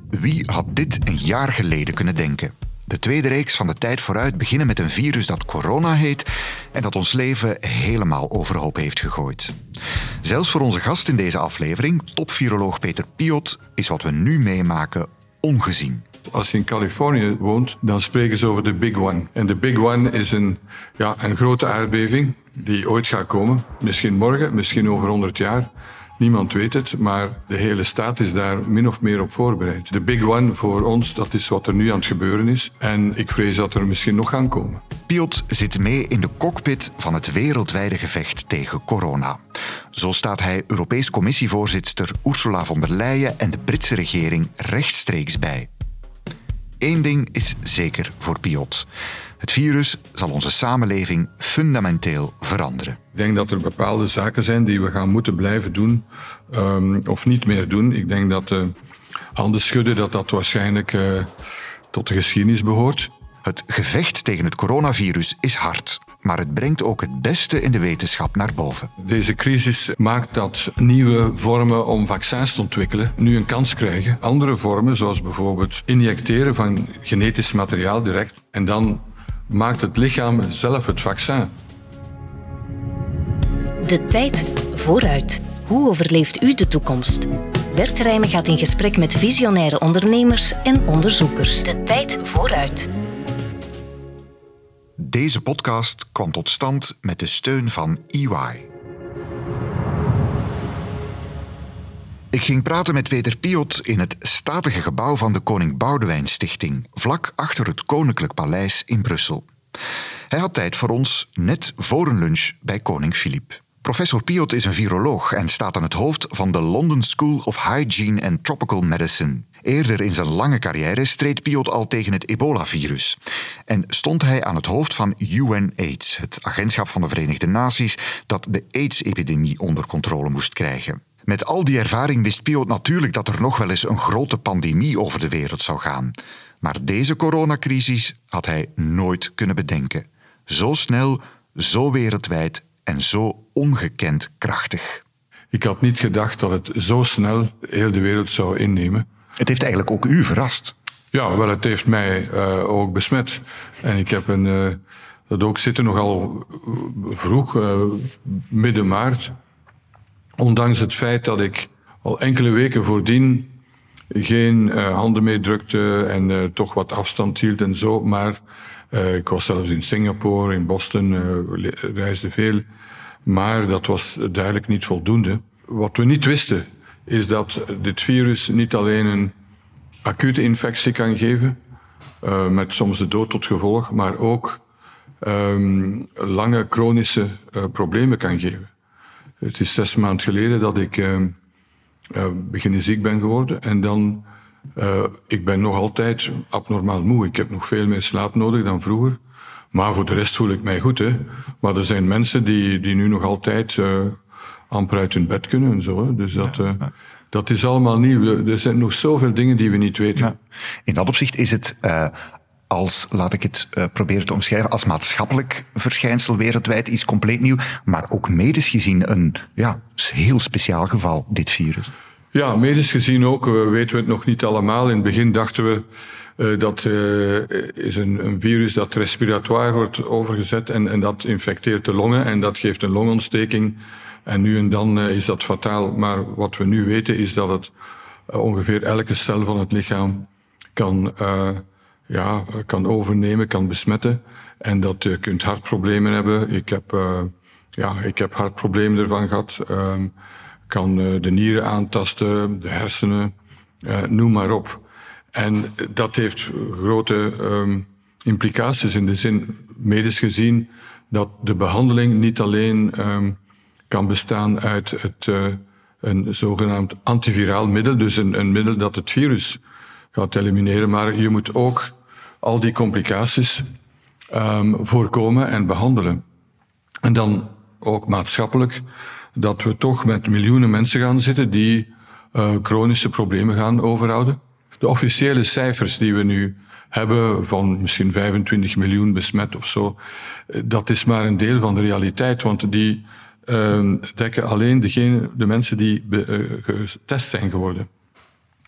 Wie had dit een jaar geleden kunnen denken? De tweede reeks van de Tijd Vooruit beginnen met een virus dat corona heet en dat ons leven helemaal overhoop heeft gegooid. Zelfs voor onze gast in deze aflevering, topviroloog Peter Piot, is wat we nu meemaken ongezien. Als je in Californië woont, dan spreken ze over de Big One. En de Big One is een grote aardbeving die ooit gaat komen. Misschien morgen, misschien over 100 jaar. Niemand weet het, maar de hele staat is daar min of meer op voorbereid. De Big One voor ons, dat is wat er nu aan het gebeuren is. En ik vrees dat er misschien nog gaan komen. Piot zit mee in de cockpit van het wereldwijde gevecht tegen corona. Zo staat hij Europees Commissievoorzitter Ursula von der Leyen en de Britse regering rechtstreeks bij. Eén ding is zeker voor Piot. Het virus zal onze samenleving fundamenteel veranderen. Ik denk dat er bepaalde zaken zijn die we gaan moeten blijven doen of niet meer doen. Ik denk dat handen schudden dat waarschijnlijk tot de geschiedenis behoort. Het gevecht tegen het coronavirus is hard, maar het brengt ook het beste in de wetenschap naar boven. Deze crisis maakt dat nieuwe vormen om vaccins te ontwikkelen nu een kans krijgen. Andere vormen, zoals bijvoorbeeld injecteren van genetisch materiaal direct, en dan maakt het lichaam zelf het vaccin. De Tijd Vooruit. Hoe overleeft u de toekomst? Bert Rijmen gaat in gesprek met visionaire ondernemers en onderzoekers. De Tijd Vooruit. Deze podcast kwam tot stand met de steun van EY. Ik ging praten met Peter Piot in het statige gebouw van de Koning Boudewijn Stichting, vlak achter het Koninklijk Paleis in Brussel. Hij had tijd voor ons net voor een lunch bij koning Filip. Professor Piot is een viroloog en staat aan het hoofd van de London School of Hygiene and Tropical Medicine. Eerder in zijn lange carrière streed Piot al tegen het ebola-virus. En stond hij aan het hoofd van UNAIDS, het agentschap van de Verenigde Naties dat de AIDS-epidemie onder controle moest krijgen. Met al die ervaring wist Piot natuurlijk dat er nog wel eens een grote pandemie over de wereld zou gaan. Maar deze coronacrisis had hij nooit kunnen bedenken. Zo snel, zo wereldwijd en zo ongekend krachtig. Ik had niet gedacht dat het zo snel heel de wereld zou innemen. Het heeft eigenlijk ook u verrast. Ja, wel, het heeft mij ook besmet. En ik heb dat ook zitten nogal vroeg, midden maart. Ondanks het feit dat ik al enkele weken voordien geen handen mee drukte en toch wat afstand hield en zo. Maar ik was zelfs in Singapore, in Boston, reisde veel. Maar dat was duidelijk niet voldoende. Wat we niet wisten, is dat dit virus niet alleen een acute infectie kan geven, met soms de dood tot gevolg, maar ook lange chronische problemen kan geven. Het is 6 maanden geleden dat ik beginnen ziek ben geworden. En dan, ik ben nog altijd abnormaal moe. Ik heb nog veel meer slaap nodig dan vroeger. Maar voor de rest voel ik mij goed. Hè. Maar er zijn mensen die nu nog altijd amper uit hun bed kunnen en zo. Hè. Dus dat is allemaal nieuw. Er zijn nog zoveel dingen die we niet weten. Ja. In dat opzicht is het, laat ik het proberen te omschrijven, als maatschappelijk verschijnsel wereldwijd is compleet nieuw, maar ook medisch gezien een heel speciaal geval, dit virus. Ja, medisch gezien ook. Weten we het nog niet allemaal. In het begin dachten we dat is een virus dat respiratoire wordt overgezet en dat infecteert de longen en dat geeft een longontsteking. En nu en dan is dat fataal. Maar wat we nu weten is dat het ongeveer elke cel van het lichaam kan overnemen, kan besmetten. En dat je kunt hartproblemen hebben. Ik heb hartproblemen ervan gehad. Kan de nieren aantasten, de hersenen, noem maar op. En dat heeft grote implicaties in de zin, medisch gezien, dat de behandeling niet alleen kan bestaan uit een zogenaamd antiviraal middel, dus een middel dat het virus gaat elimineren, maar je moet ook al die complicaties voorkomen en behandelen. En dan ook maatschappelijk, dat we toch met miljoenen mensen gaan zitten die chronische problemen gaan overhouden. De officiële cijfers die we nu hebben van misschien 25 miljoen besmet of zo, dat is maar een deel van de realiteit, want die dekken alleen de mensen die getest zijn geworden.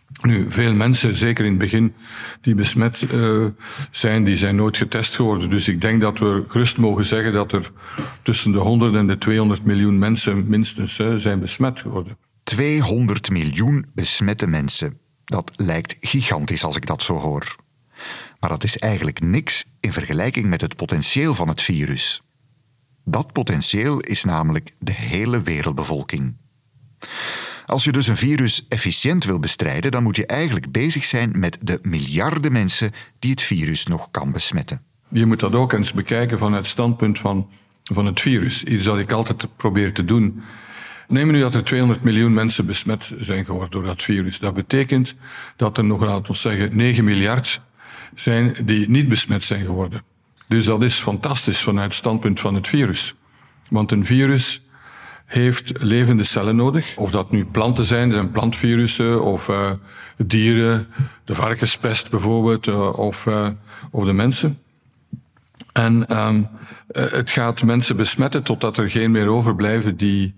Nu, veel mensen, zeker in het begin, die besmet zijn, die zijn nooit getest geworden. Dus ik denk dat we gerust mogen zeggen dat er tussen de 100 en de 200 miljoen mensen minstens zijn besmet geworden. 200 miljoen besmette mensen. Dat lijkt gigantisch als ik dat zo hoor. Maar dat is eigenlijk niks in vergelijking met het potentieel van het virus. Dat potentieel is namelijk de hele wereldbevolking. Als je dus een virus efficiënt wil bestrijden, dan moet je eigenlijk bezig zijn met de miljarden mensen die het virus nog kan besmetten. Je moet dat ook eens bekijken vanuit het standpunt van het virus. Iets dat ik altijd probeer te doen. Neem nu dat er 200 miljoen mensen besmet zijn geworden door dat virus. Dat betekent dat er nog, laten we zeggen, 9 miljard zijn die niet besmet zijn geworden. Dus dat is fantastisch vanuit het standpunt van het virus. Want een virus heeft levende cellen nodig. Of dat nu planten zijn plantvirussen, of dieren, de varkenspest bijvoorbeeld, of de mensen. En het gaat mensen besmetten totdat er geen meer overblijven die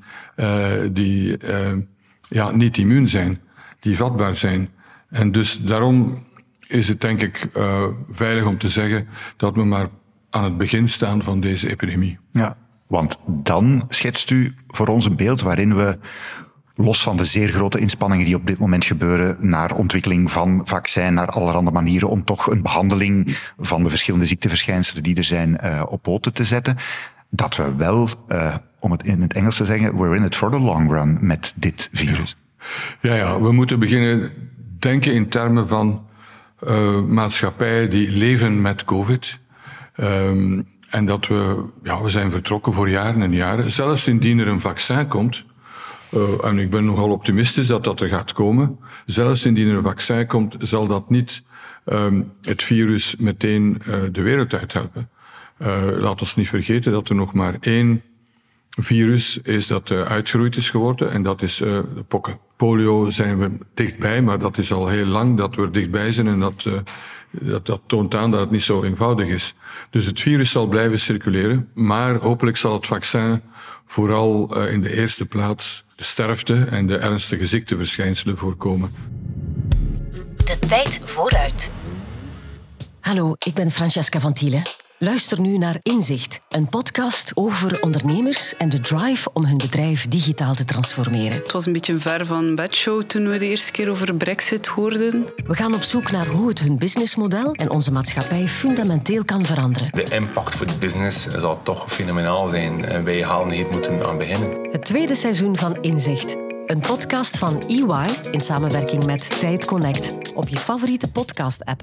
niet immuun zijn, die vatbaar zijn. En dus daarom is het denk ik veilig om te zeggen dat we maar aan het begin staan van deze epidemie. Ja, want dan schetst u voor ons een beeld waarin we, los van de zeer grote inspanningen die op dit moment gebeuren naar ontwikkeling van vaccin, naar allerhande manieren om toch een behandeling van de verschillende ziekteverschijnselen die er zijn op poten te zetten, dat we wel, om het in het Engels te zeggen, we're in it for the long run met dit virus. Ja, we moeten beginnen denken in termen van maatschappijen die leven met COVID. En dat we zijn vertrokken voor jaren en jaren. Zelfs indien er een vaccin komt, en ik ben nogal optimistisch dat er gaat komen, zelfs indien er een vaccin komt, zal dat niet het virus meteen de wereld uithelpen. Laat ons niet vergeten dat er nog maar 1 virus is dat uitgeroeid is geworden, en dat is de pokken. Polio zijn we dichtbij, maar dat is al heel lang dat we er dichtbij zijn, en dat toont aan dat het niet zo eenvoudig is. Dus het virus zal blijven circuleren, maar hopelijk zal het vaccin vooral in de eerste plaats de sterfte en de ernstige ziekteverschijnselen voorkomen. De tijd vooruit. Hallo, ik ben Francesca van Thiele. Luister nu naar Inzicht, een podcast over ondernemers en de drive om hun bedrijf digitaal te transformeren. Het was een beetje een ver van bedshow toen we de eerste keer over Brexit hoorden. We gaan op zoek naar hoe het hun businessmodel en onze maatschappij fundamenteel kan veranderen. De impact voor de business zal toch fenomenaal zijn en wij gaan hier moeten aan beginnen. Het tweede seizoen van Inzicht. Een podcast van EY in samenwerking met Tijd Connect op je favoriete podcast-app.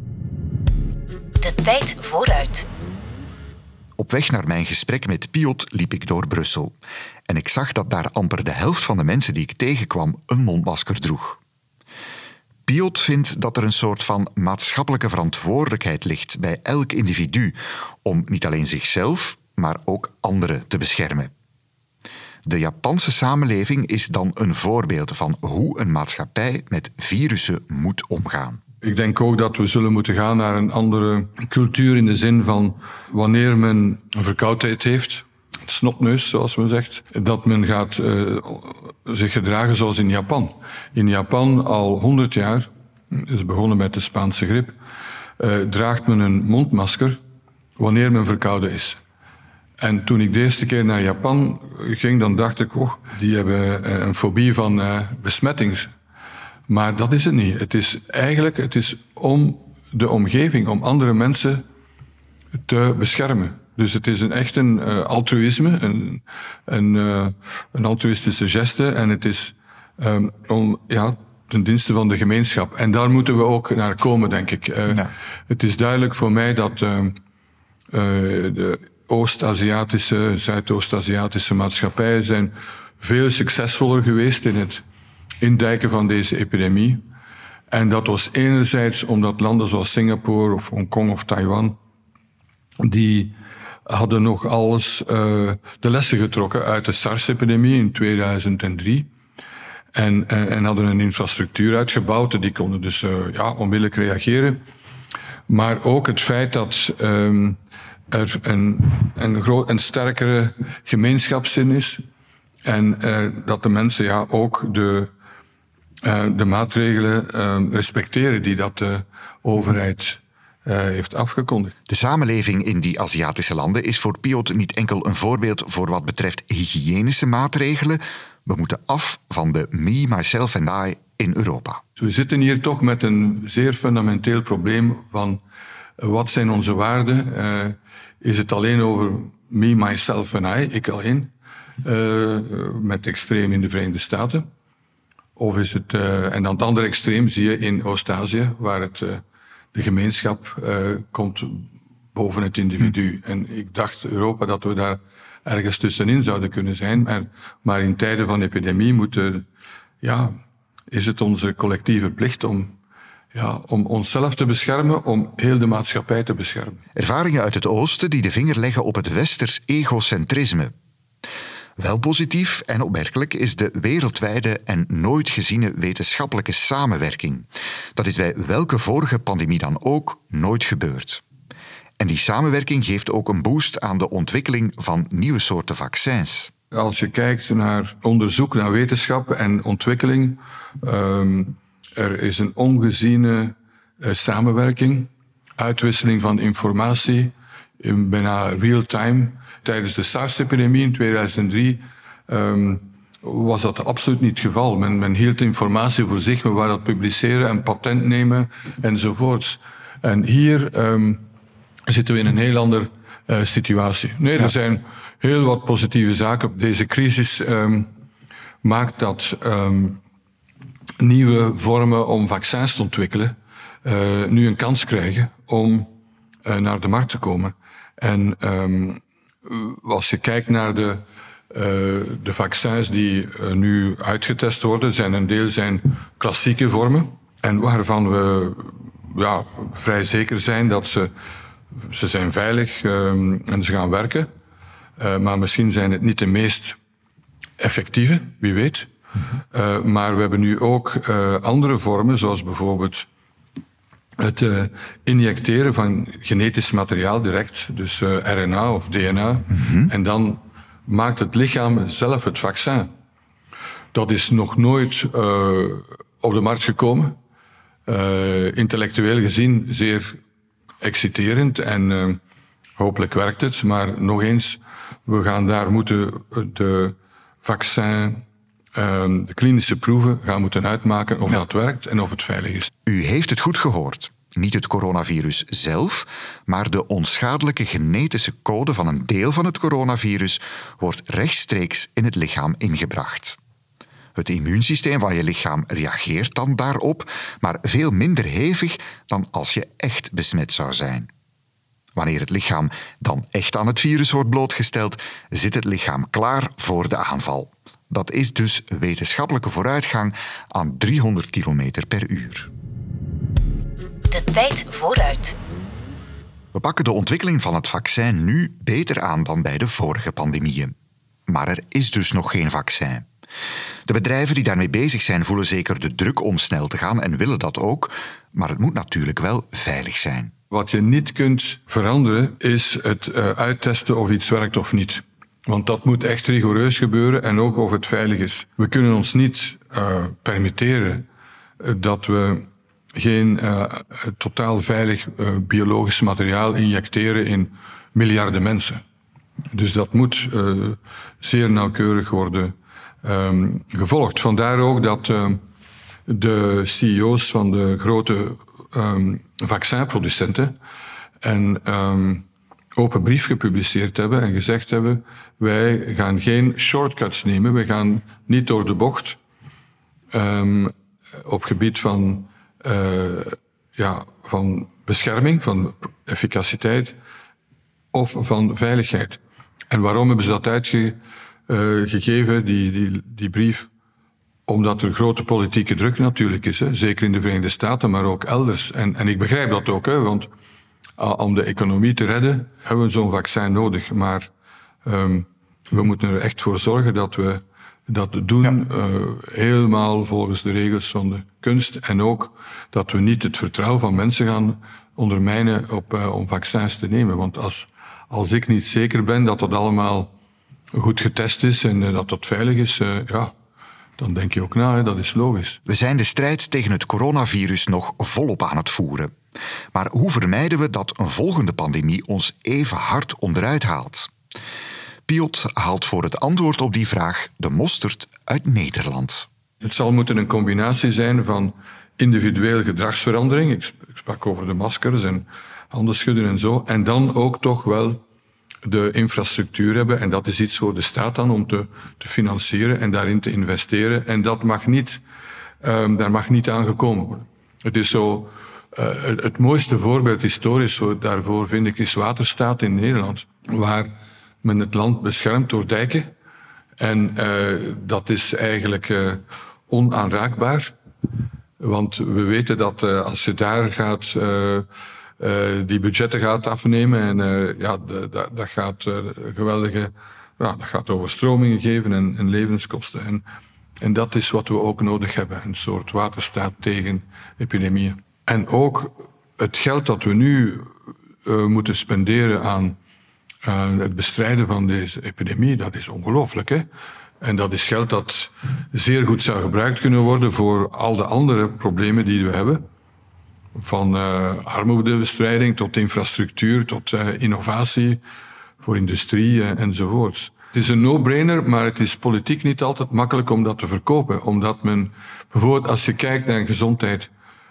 De tijd vooruit. Op weg naar mijn gesprek met Piot liep ik door Brussel. En ik zag dat daar amper de helft van de mensen die ik tegenkwam een mondmasker droeg. Piot vindt dat er een soort van maatschappelijke verantwoordelijkheid ligt bij elk individu om niet alleen zichzelf, maar ook anderen te beschermen. De Japanse samenleving is dan een voorbeeld van hoe een maatschappij met virussen moet omgaan. Ik denk ook dat we zullen moeten gaan naar een andere cultuur in de zin van wanneer men een verkoudheid heeft, snotneus zoals men zegt, dat men gaat zich gedragen zoals in Japan. In Japan al 100 jaar, het is begonnen met de Spaanse griep, draagt men een mondmasker wanneer men verkouden is. En toen ik de eerste keer naar Japan ging, dan dacht ik, die hebben een fobie van besmetting. Maar dat is het niet. Het is om de omgeving, om andere mensen te beschermen. Dus het is echt een altruïsme, een altruïstische geste. En het is ten dienste van de gemeenschap. En daar moeten we ook naar komen, denk ik. Het is duidelijk voor mij dat de Oost-Aziatische, Zuidoost-Aziatische maatschappijen zijn veel succesvoller geweest in het indijken van deze epidemie. En dat was enerzijds omdat landen zoals Singapore of Hongkong of Taiwan, die hadden nog alles de lessen getrokken uit de SARS-epidemie in 2003. En hadden een infrastructuur uitgebouwd en die konden dus onmiddellijk reageren. Maar ook het feit dat er een sterkere gemeenschapszin is en dat de mensen ook de maatregelen respecteren die dat de overheid heeft afgekondigd. De samenleving in die Aziatische landen is voor Piot niet enkel een voorbeeld voor wat betreft hygiënische maatregelen. We moeten af van de me, myself and I in Europa. We zitten hier toch met een zeer fundamenteel probleem van wat zijn onze waarden? Is het alleen over me, myself and I, ik alleen, met extreem in de Verenigde Staten? Of is het, en dan het andere extreem zie je in Oost-Azië, waar het, de gemeenschap komt boven het individu. En ik dacht Europa dat we daar ergens tussenin zouden kunnen zijn. Maar in tijden van epidemie is het onze collectieve plicht om onszelf te beschermen, om heel de maatschappij te beschermen. Ervaringen uit het Oosten die de vinger leggen op het westers egocentrisme. Wel positief en opmerkelijk is de wereldwijde en nooit geziene wetenschappelijke samenwerking. Dat is bij welke vorige pandemie dan ook nooit gebeurd. En die samenwerking geeft ook een boost aan de ontwikkeling van nieuwe soorten vaccins. Als je kijkt naar onderzoek naar wetenschap en ontwikkeling, er is een ongeziene samenwerking, uitwisseling van informatie, in bijna real-time. Tijdens de SARS-epidemie in 2003 was dat absoluut niet het geval. Men hield informatie voor zich, men wou dat publiceren en patent nemen enzovoorts. En hier zitten we in een heel andere situatie. Nee, er zijn heel wat positieve zaken. Deze crisis maakt dat nieuwe vormen om vaccins te ontwikkelen nu een kans krijgen om naar de markt te komen. En als je kijkt naar de vaccins die nu uitgetest worden, een deel zijn klassieke vormen en waarvan we vrij zeker zijn dat ze zijn veilig en ze gaan werken. Maar misschien zijn het niet de meest effectieve, wie weet. Maar we hebben nu ook andere vormen, zoals bijvoorbeeld het injecteren van genetisch materiaal direct, dus RNA of DNA. En dan maakt het lichaam zelf het vaccin. Dat is nog nooit op de markt gekomen. Intellectueel gezien zeer exciterend en hopelijk werkt het. Maar nog eens, we gaan daar moeten de vaccin, de klinische proeven gaan moeten uitmaken of dat werkt en of het veilig is. U heeft het goed gehoord. Niet het coronavirus zelf, maar de onschadelijke genetische code van een deel van het coronavirus wordt rechtstreeks in het lichaam ingebracht. Het immuunsysteem van je lichaam reageert dan daarop, maar veel minder hevig dan als je echt besmet zou zijn. Wanneer het lichaam dan echt aan het virus wordt blootgesteld, zit het lichaam klaar voor de aanval. Dat is dus wetenschappelijke vooruitgang aan 300 km per uur. De tijd vooruit. We pakken de ontwikkeling van het vaccin nu beter aan dan bij de vorige pandemieën. Maar er is dus nog geen vaccin. De bedrijven die daarmee bezig zijn voelen zeker de druk om snel te gaan en willen dat ook, maar het moet natuurlijk wel veilig zijn. Wat je niet kunt veranderen is het uittesten of iets werkt of niet. Want dat moet echt rigoureus gebeuren en ook of het veilig is. We kunnen ons niet permitteren dat we geen totaal veilig biologisch materiaal injecteren in miljarden mensen. Dus dat moet zeer nauwkeurig worden gevolgd. Vandaar ook dat de CEO's van de grote vaccinproducenten een open brief gepubliceerd hebben en gezegd hebben: wij gaan geen shortcuts nemen, we gaan niet door de bocht op gebied van bescherming, van efficaciteit of van veiligheid. En waarom hebben ze dat uitgegeven, die brief? Omdat er grote politieke druk natuurlijk is, hè? Zeker in de Verenigde Staten, maar ook elders. En ik begrijp dat ook, hè? Want om de economie te redden hebben we zo'n vaccin nodig. Maar we moeten er echt voor zorgen dat we dat doen helemaal volgens de regels van de kunst. En ook dat we niet het vertrouwen van mensen gaan ondermijnen om vaccins te nemen. Want als ik niet zeker ben dat dat allemaal goed getest is en dat dat veilig is, dan denk je ook na, hè, dat is logisch. We zijn de strijd tegen het coronavirus nog volop aan het voeren. Maar hoe vermijden we dat een volgende pandemie ons even hard onderuit haalt? Piot haalt voor het antwoord op die vraag de mosterd uit Nederland. Het zal moeten een combinatie zijn van individuele gedragsverandering. Ik sprak over de maskers en handen schudden en zo. En dan ook toch wel de infrastructuur hebben. En dat is iets voor de staat dan om te financieren en daarin te investeren. En dat mag niet, daar mag niet aan gekomen worden. Het is zo, het mooiste voorbeeld historisch daarvoor vind ik is Waterstaat in Nederland. Waar men het land beschermt door dijken. En dat is eigenlijk onaanraakbaar. Want we weten dat als je daar gaat, die budgetten gaat afnemen en dat gaat geweldige, dat gaat overstromingen geven en levenskosten. En dat is wat we ook nodig hebben, een soort waterstaat tegen epidemieën. En ook het geld dat we nu moeten spenderen aan het bestrijden van deze epidemie, dat is ongelooflijk, hè? En dat is geld dat zeer goed zou gebruikt kunnen worden voor al de andere problemen die we hebben. Van armoedebestrijding tot infrastructuur, tot innovatie voor industrie enzovoorts. Het is een no-brainer, maar het is politiek niet altijd makkelijk om dat te verkopen. Omdat men, bijvoorbeeld als je kijkt naar gezondheid,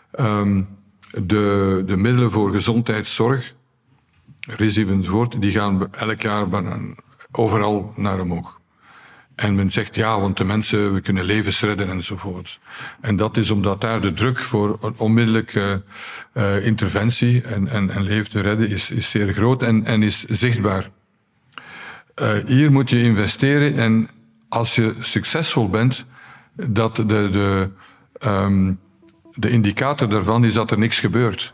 de middelen voor gezondheidszorg, RISIV enzovoort, die gaan elk jaar overal naar omhoog. En men zegt ja, want de mensen, we kunnen levens redden enzovoort. En dat is omdat daar de druk voor een onmiddellijke interventie en leven te redden is zeer groot en is zichtbaar. Hier moet je investeren en als je succesvol bent, dat de indicator daarvan is dat er niks gebeurt.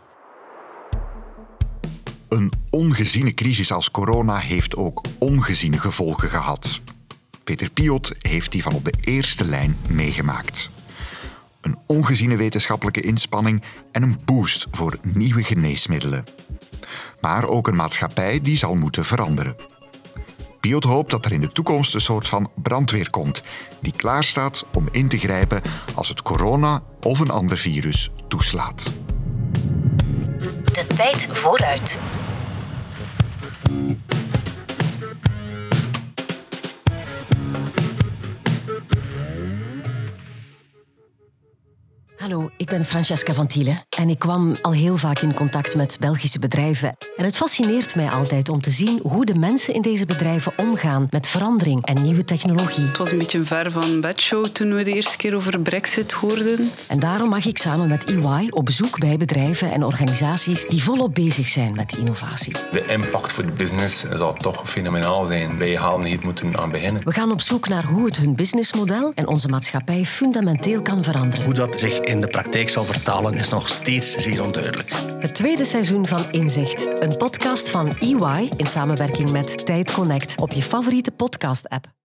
Een ongeziene crisis als corona heeft ook ongeziene gevolgen gehad. Peter Piot heeft die van op de eerste lijn meegemaakt. Een ongeziene wetenschappelijke inspanning en een boost voor nieuwe geneesmiddelen. Maar ook een maatschappij die zal moeten veranderen. Piot hoopt dat er in de toekomst een soort van brandweer komt die klaarstaat om in te grijpen als het corona of een ander virus toeslaat. De tijd vooruit. Hallo, ik ben Francesca van Thiele en ik kwam al heel vaak in contact met Belgische bedrijven. En het fascineert mij altijd om te zien hoe de mensen in deze bedrijven omgaan met verandering en nieuwe technologie. Het was een beetje ver van bedshow toen we de eerste keer over Brexit hoorden. En daarom mag ik samen met EY op bezoek bij bedrijven en organisaties die volop bezig zijn met innovatie. De impact voor de business zal toch fenomenaal zijn. Wij gaan hier moeten aan beginnen. We gaan op zoek naar hoe het hun businessmodel en onze maatschappij fundamenteel kan veranderen. Hoe dat zich in de praktijk zal vertalen is nog steeds zeer onduidelijk. Het tweede seizoen van Inzicht, een podcast van EY in samenwerking met Tijd Connect op je favoriete podcast-app.